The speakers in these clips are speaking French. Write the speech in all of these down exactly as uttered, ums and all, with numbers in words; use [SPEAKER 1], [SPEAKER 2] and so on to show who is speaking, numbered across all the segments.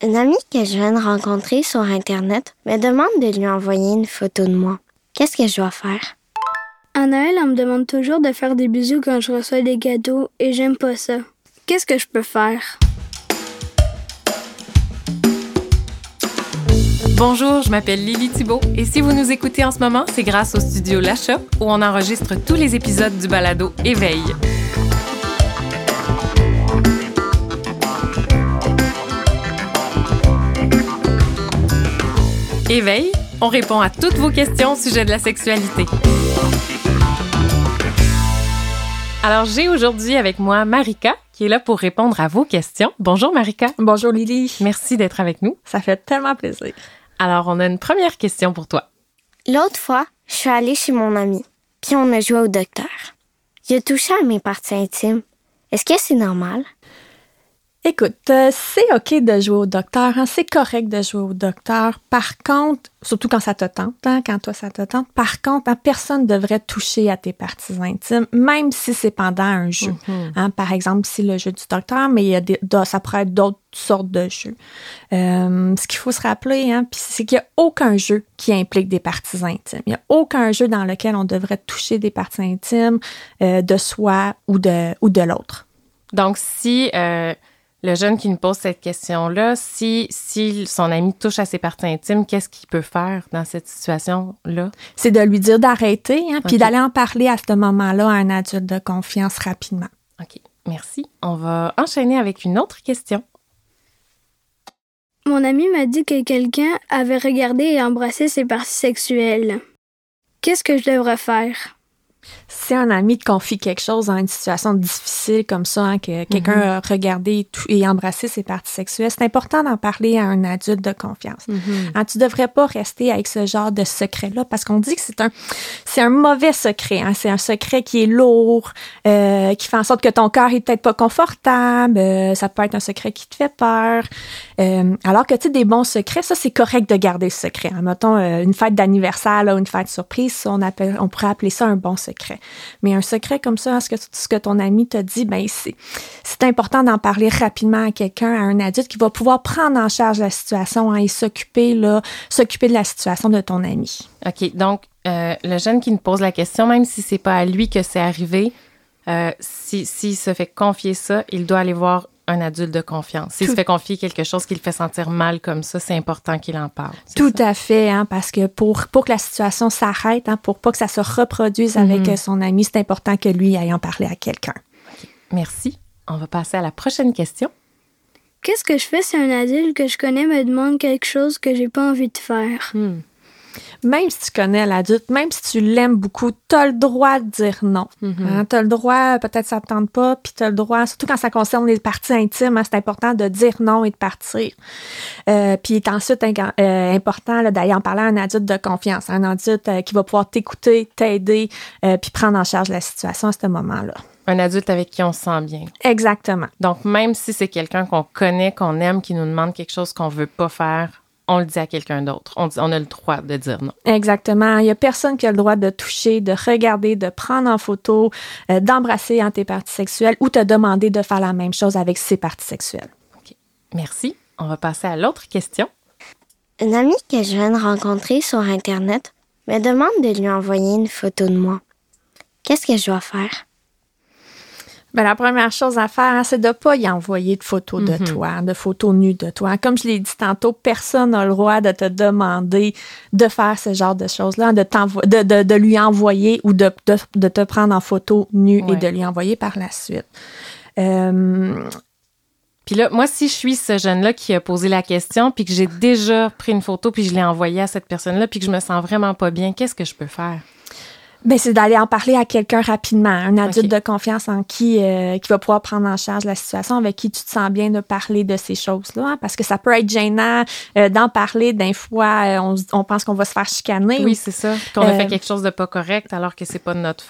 [SPEAKER 1] Une amie que je viens de rencontrer sur Internet me demande de lui envoyer une photo de moi. Qu'est-ce que je dois faire?
[SPEAKER 2] À Noël, on me demande toujours de faire des bisous quand je reçois des cadeaux et j'aime pas ça. Qu'est-ce que je peux faire?
[SPEAKER 3] Bonjour, je m'appelle Lily Thibault et si vous nous écoutez en ce moment, c'est grâce au studio L'Achat où on enregistre tous les épisodes du balado Éveil. Éveil, on répond à toutes vos questions au sujet de la sexualité. Alors, j'ai aujourd'hui avec moi Marika, qui est là pour répondre à vos questions. Bonjour Marika.
[SPEAKER 4] Bonjour Lily.
[SPEAKER 3] Merci d'être avec nous.
[SPEAKER 4] Ça fait tellement plaisir.
[SPEAKER 3] Alors, on a une première question pour toi.
[SPEAKER 1] L'autre fois, je suis allée chez mon ami, puis on a joué au docteur. Il a touché à mes parties intimes. Est-ce que c'est normal?
[SPEAKER 4] Écoute, euh, c'est OK de jouer au docteur, hein, c'est correct de jouer au docteur. Par contre, surtout quand ça te tente, hein, quand toi ça te tente, par contre, hein, personne ne devrait toucher à tes parties intimes, même si c'est pendant un jeu. Mm-hmm. Hein, par exemple, si le jeu du docteur, mais il y a des, ça pourrait être d'autres sortes de jeux. Euh, ce qu'il faut se rappeler, hein, c'est qu'il n'y a aucun jeu qui implique des parties intimes. Il n'y a aucun jeu dans lequel on devrait toucher des parties intimes euh, de soi ou de, ou de l'autre.
[SPEAKER 3] Donc, si... Euh... Le jeune qui nous pose cette question-là, si, si son ami touche à ses parties intimes, qu'est-ce qu'il peut faire dans cette situation-là?
[SPEAKER 4] C'est de lui dire d'arrêter, hein,
[SPEAKER 3] okay.
[SPEAKER 4] puis d'aller en parler à ce moment-là à un adulte de confiance rapidement.
[SPEAKER 3] OK, merci. On va enchaîner avec une autre question.
[SPEAKER 2] Mon ami m'a dit que quelqu'un avait regardé et embrassé ses parties sexuelles. Qu'est-ce que je devrais faire?
[SPEAKER 4] Si un ami te confie quelque chose dans une situation difficile comme ça, hein, que quelqu'un mm-hmm. a regardé et, tout, et embrassé ses parties sexuelles, c'est important d'en parler à un adulte de confiance. Mm-hmm. Hein, tu ne devrais pas rester avec ce genre de secret-là parce qu'on dit que c'est un, c'est un mauvais secret. Hein, c'est un secret qui est lourd, euh, qui fait en sorte que ton cœur est peut-être pas confortable. Euh, ça peut être un secret qui te fait peur. Euh, alors que tu sais, des bons secrets, ça, c'est correct de garder ce secret. Hein. Mettons, euh, une fête d'anniversaire, là, une fête surprise, on, appelle, on pourrait appeler ça un bon secret. Mais un secret comme ça, ce que, ce que ton ami te dit, ben c'est, c'est important d'en parler rapidement à quelqu'un, à un adulte qui va pouvoir prendre en charge la situation hein, et s'occuper, là, s'occuper de la situation de ton ami.
[SPEAKER 3] OK, donc euh, le jeune qui nous pose la question, même si c'est pas à lui que c'est arrivé, euh, si, s'il se fait confier ça, il doit aller voir un adulte de confiance. S'il Tout... se fait confier quelque chose qui le fait sentir mal comme ça, c'est important qu'il en parle.
[SPEAKER 4] Tout
[SPEAKER 3] ça?
[SPEAKER 4] à fait, hein, parce que pour, pour que la situation s'arrête, hein, pour pas que ça se reproduise mm-hmm. avec son ami, c'est important que lui aille en parler à quelqu'un.
[SPEAKER 3] Okay. Merci. On va passer à la prochaine question.
[SPEAKER 2] Qu'est-ce que je fais si un adulte que je connais me demande quelque chose que j'ai pas envie de faire?
[SPEAKER 4] Hmm. Même si tu connais l'adulte, même si tu l'aimes beaucoup, tu as le droit de dire non. Mm-hmm. Hein, tu as le droit, peut-être ça ne te tente pas, puis tu as le droit, surtout quand ça concerne les parties intimes, hein, c'est important de dire non et de partir. Euh, puis il est ensuite euh, important là, d'aller en parler à un adulte de confiance, un adulte euh, qui va pouvoir t'écouter, t'aider, euh, puis prendre en charge la situation à ce moment-là.
[SPEAKER 3] Un adulte avec qui on se sent bien.
[SPEAKER 4] Exactement.
[SPEAKER 3] Donc, même si c'est quelqu'un qu'on connaît, qu'on aime, qui nous demande quelque chose qu'on ne veut pas faire, on le dit à quelqu'un d'autre. On, dit, on a le droit de dire non.
[SPEAKER 4] Exactement. Il n'y a personne qui a le droit de toucher, de regarder, de prendre en photo, euh, d'embrasser en tes parties sexuelles ou te demander de faire la même chose avec ses parties sexuelles.
[SPEAKER 3] OK. Merci. On va passer à l'autre question.
[SPEAKER 1] Une amie que je viens de rencontrer sur Internet me demande de lui envoyer une photo de moi. Qu'est-ce que je dois faire?
[SPEAKER 4] Ben, la première chose à faire, hein, c'est de ne pas y envoyer de photos mm-hmm. de toi, de photos nues de toi. Comme je l'ai dit tantôt, personne n'a le droit de te demander de faire ce genre de choses-là, de, de, de, de lui envoyer ou de, de, de te prendre en photo nue ouais. et de lui envoyer par la suite. Euh...
[SPEAKER 3] Puis là, moi, si je suis ce jeune-là qui a posé la question, puis que j'ai déjà pris une photo, puis je l'ai envoyée à cette personne-là, puis que je me sens vraiment pas bien, qu'est-ce que je peux faire?
[SPEAKER 4] Ben, c'est d'aller en parler à quelqu'un rapidement, un adulte okay. de confiance en qui, euh, qui va pouvoir prendre en charge la situation, avec qui tu te sens bien de parler de ces choses-là, hein, parce que ça peut être gênant euh, d'en parler. D'un fois, euh, on, on pense qu'on va se faire chicaner.
[SPEAKER 3] Oui,
[SPEAKER 4] ou,
[SPEAKER 3] c'est ça, qu'on euh, a fait quelque chose de pas correct alors que c'est pas de notre faute.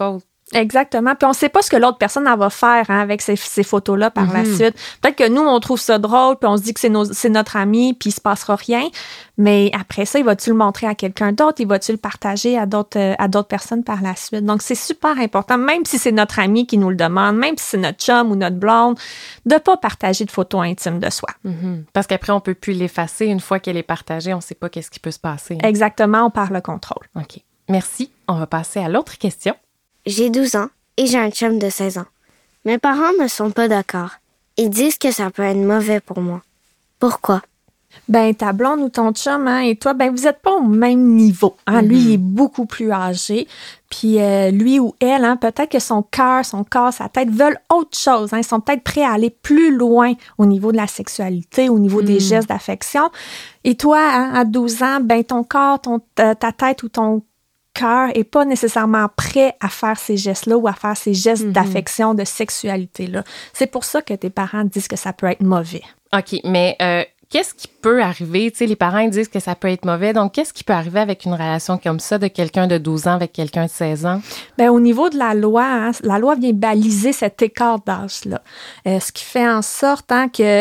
[SPEAKER 4] Exactement. Puis on sait pas ce que l'autre personne en va faire hein, avec ces, ces photos-là par mm-hmm. la suite. Peut-être que nous, on trouve ça drôle, puis on se dit que c'est, nos, c'est notre ami, puis il se passera rien. Mais après ça, il va-tu le montrer à quelqu'un d'autre? Il va-tu le partager à d'autres, euh, à d'autres personnes par la suite? Donc, c'est super important, même si c'est notre ami qui nous le demande, même si c'est notre chum ou notre blonde, de pas partager de photos intimes de soi.
[SPEAKER 3] Mm-hmm. Parce qu'après, on peut plus l'effacer. Une fois qu'elle est partagée, on sait pas qu'est-ce qui peut se passer.
[SPEAKER 4] Exactement, on perd le contrôle.
[SPEAKER 3] OK. Merci. On va passer à l'autre question.
[SPEAKER 1] J'ai douze ans et j'ai un chum de seize ans. Mes parents ne sont pas d'accord. Ils disent que ça peut être mauvais pour moi. Pourquoi?
[SPEAKER 4] Ben, ta blonde ou ton chum, hein, et toi, ben, vous êtes pas au même niveau. Hein? Mm-hmm. Lui, il est beaucoup plus âgé. Puis euh, lui ou elle, hein, peut-être que son cœur, son corps, sa tête veulent autre chose. Hein? Ils sont peut-être prêts à aller plus loin au niveau de la sexualité, au niveau mm. des gestes d'affection. Et toi, hein, à douze ans, ben, ton corps, ton, ta, ta tête ou ton cœur est pas nécessairement prêt à faire ces gestes-là ou à faire ces gestes mm-hmm. d'affection, de sexualité-là. C'est pour ça que tes parents disent que ça peut être mauvais.
[SPEAKER 3] OK, mais euh, qu'est-ce qui peut arriver? Tu sais, les parents ils disent que ça peut être mauvais. Donc, qu'est-ce qui peut arriver avec une relation comme ça de quelqu'un de douze ans avec quelqu'un de seize ans?
[SPEAKER 4] Bien, au niveau de la loi, hein, la loi vient baliser cet écart d'âge-là. Euh, ce qui fait en sorte hein, que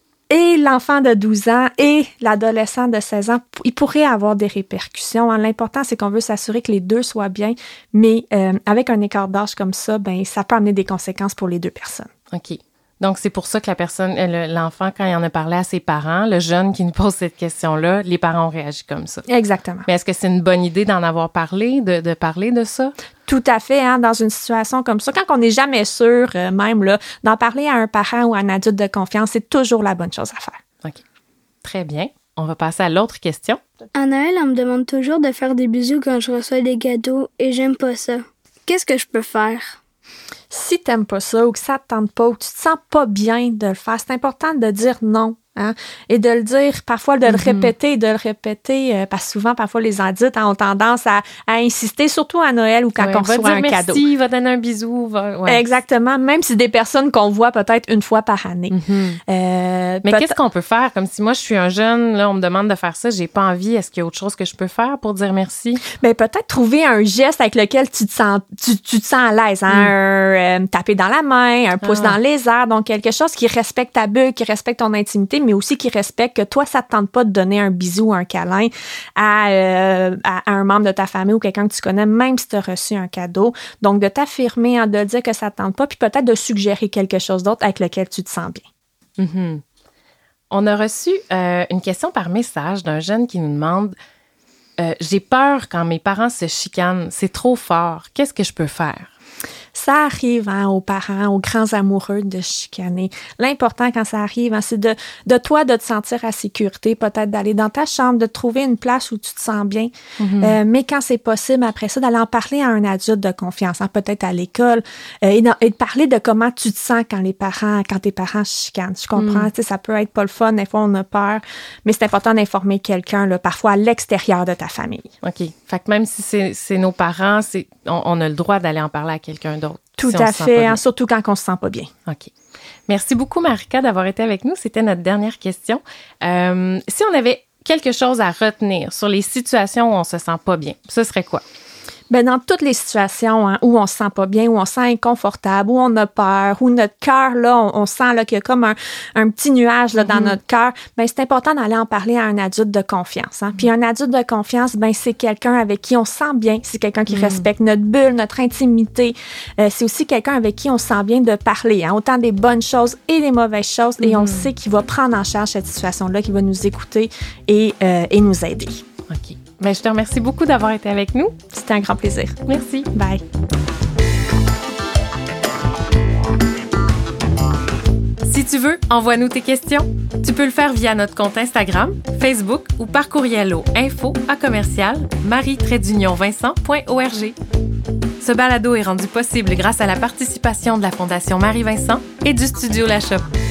[SPEAKER 4] et l'enfant de douze ans et l'adolescent de seize ans, il pourrait avoir des répercussions. Hein. L'important, c'est qu'on veut s'assurer que les deux soient bien, mais euh, avec un écart d'âge comme ça, ben ça peut amener des conséquences pour les deux personnes.
[SPEAKER 3] OK. Donc, c'est pour ça que la personne, l'enfant, quand il en a parlé à ses parents, le jeune qui nous pose cette question-là, les parents ont réagi comme ça.
[SPEAKER 4] Exactement.
[SPEAKER 3] Mais est-ce que c'est une bonne idée d'en avoir parlé, de, de parler de ça?
[SPEAKER 4] Tout à fait, hein, dans une situation comme ça, quand on n'est jamais sûr, euh, même, là, d'en parler à un parent ou à un adulte de confiance, c'est toujours la bonne chose à faire.
[SPEAKER 3] OK. Très bien. On va passer à l'autre question.
[SPEAKER 2] À Noël, on me demande toujours de faire des bisous quand je reçois des gâteaux et j'aime pas ça. Qu'est-ce que je peux faire?
[SPEAKER 4] Si t'aimes pas ça ou que ça te tente pas ou que tu te sens pas bien de le faire, c'est important de dire non. Hein? Et de le dire, parfois de le mm-hmm. répéter, de le répéter, euh, parce que souvent, parfois, les adultes hein, ont tendance à, à insister, surtout à Noël ou quand
[SPEAKER 3] ouais,
[SPEAKER 4] on reçoit
[SPEAKER 3] va dire
[SPEAKER 4] un
[SPEAKER 3] merci,
[SPEAKER 4] cadeau.
[SPEAKER 3] Il va donner un bisou. Va, ouais.
[SPEAKER 4] Exactement, même si des personnes qu'on voit peut-être une fois par année.
[SPEAKER 3] Mm-hmm. Euh, Mais peut- qu'est-ce qu'on peut faire? Comme si moi, je suis un jeune, là, on me demande de faire ça, j'ai pas envie. Est-ce qu'il y a autre chose que je peux faire pour dire merci?
[SPEAKER 4] Bien, peut-être trouver un geste avec lequel tu te sens, tu, tu te sens à l'aise. Hein? Mm. Un, euh, taper dans la main, un pouce ah. dans les airs. Donc, quelque chose qui respecte ta bulle, qui respecte ton intimité, mais aussi qui respecte que toi, ça ne te tente pas de donner un bisou, un câlin à, euh, à, à un membre de ta famille ou quelqu'un que tu connais, même si tu as reçu un cadeau. Donc, de t'affirmer, hein, de dire que ça ne te tente pas, puis peut-être de suggérer quelque chose d'autre avec lequel tu te sens bien.
[SPEAKER 3] Mm-hmm. On a reçu euh, une question par message d'un jeune qui nous demande euh, « J'ai peur quand mes parents se chicanent, c'est trop fort. Qu'est-ce que je peux faire? »
[SPEAKER 4] Ça arrive hein, aux parents, aux grands amoureux de chicaner. L'important quand ça arrive, hein, c'est de, de toi de te sentir à sécurité, peut-être d'aller dans ta chambre, de trouver une place où tu te sens bien. Mm-hmm. Euh, mais quand c'est possible, après ça, d'aller en parler à un adulte de confiance, hein, peut-être à l'école, euh, et, de, et de parler de comment tu te sens quand les parents, quand tes parents chicanent. Je comprends, mm. tu sais, ça peut être pas le fun, des fois on a peur, mais c'est important d'informer quelqu'un, là, parfois à l'extérieur de ta famille.
[SPEAKER 3] OK. Fait que même si c'est, c'est nos parents, c'est, on, on a le droit d'aller en parler à quelqu'un d'autre.
[SPEAKER 4] Tout
[SPEAKER 3] si
[SPEAKER 4] à fait, hein, surtout quand on se sent pas bien.
[SPEAKER 3] OK. Merci beaucoup, Marika, d'avoir été avec nous. C'était notre dernière question. Euh, si on avait quelque chose à retenir sur les situations où on se sent pas bien, ce serait quoi?
[SPEAKER 4] Ben dans toutes les situations hein, où on se sent pas bien, où on se sent inconfortable, où on a peur, où notre cœur, là, on, on sent là, qu'il y a comme un, un petit nuage là, dans mm-hmm. notre cœur, ben c'est important d'aller en parler à un adulte de confiance. Hein. Mm-hmm. Puis un adulte de confiance, ben c'est quelqu'un avec qui on se sent bien, c'est quelqu'un qui mm-hmm. respecte notre bulle, notre intimité. Euh, c'est aussi quelqu'un avec qui on se sent bien de parler, hein, autant des bonnes choses et des mauvaises choses. Mm-hmm. Et on sait qu'il va prendre en charge cette situation-là, qu'il va nous écouter et, euh, et nous aider.
[SPEAKER 3] OK. Bien, je te remercie beaucoup d'avoir été avec nous.
[SPEAKER 4] C'était un grand plaisir.
[SPEAKER 3] Merci.
[SPEAKER 4] Bye.
[SPEAKER 3] Si tu veux, envoie-nous tes questions. Tu peux le faire via notre compte Instagram, Facebook ou par courriel au info à commercial marie trait d'union vincent point org. Ce balado est rendu possible grâce à la participation de la Fondation Marie-Vincent et du Studio La Chope.